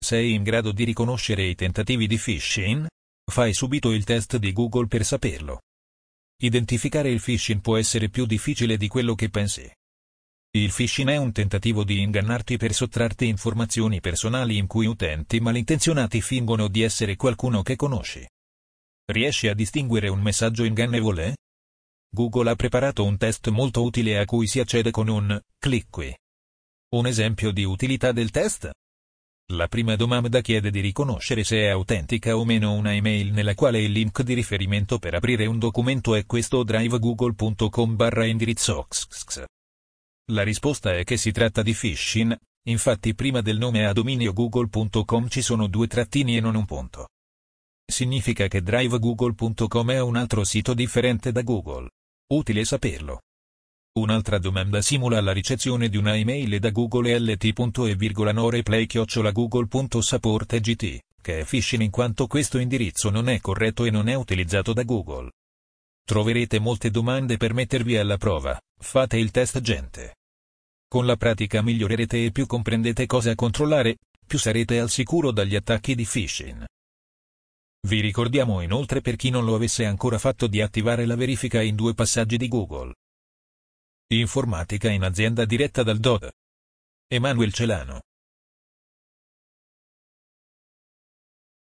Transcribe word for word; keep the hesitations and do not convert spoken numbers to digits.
Sei in grado di riconoscere i tentativi di phishing? Fai subito il test di Google per saperlo. Identificare il phishing può essere più difficile di quello che pensi. Il phishing è un tentativo di ingannarti per sottrarti informazioni personali in cui utenti malintenzionati fingono di essere qualcuno che conosci. Riesci a distinguere un messaggio ingannevole? Google ha preparato un test molto utile a cui si accede con un clic qui. Un esempio di utilità del test? La prima domanda chiede di riconoscere se è autentica o meno una email nella quale il link di riferimento per aprire un documento è questo drive google punto com barra indirizzo xx. La risposta è che si tratta di phishing, infatti prima del nome a dominio google punto com ci sono due trattini e non un punto. Significa che drive google punto com è un altro sito differente da Google. Utile saperlo. Un'altra domanda simula la ricezione di una email da Google lt.e chiocciola google punto support gt, che è phishing in quanto questo indirizzo non è corretto e non è utilizzato da Google. Troverete molte domande per mettervi alla prova, fate il test gente. Con la pratica migliorerete e più comprendete cosa controllare, più sarete al sicuro dagli attacchi di phishing. Vi ricordiamo inoltre per chi non lo avesse ancora fatto di attivare la verifica in due passaggi di Google. Informatica in azienda diretta dal D O D. Emanuel Celano.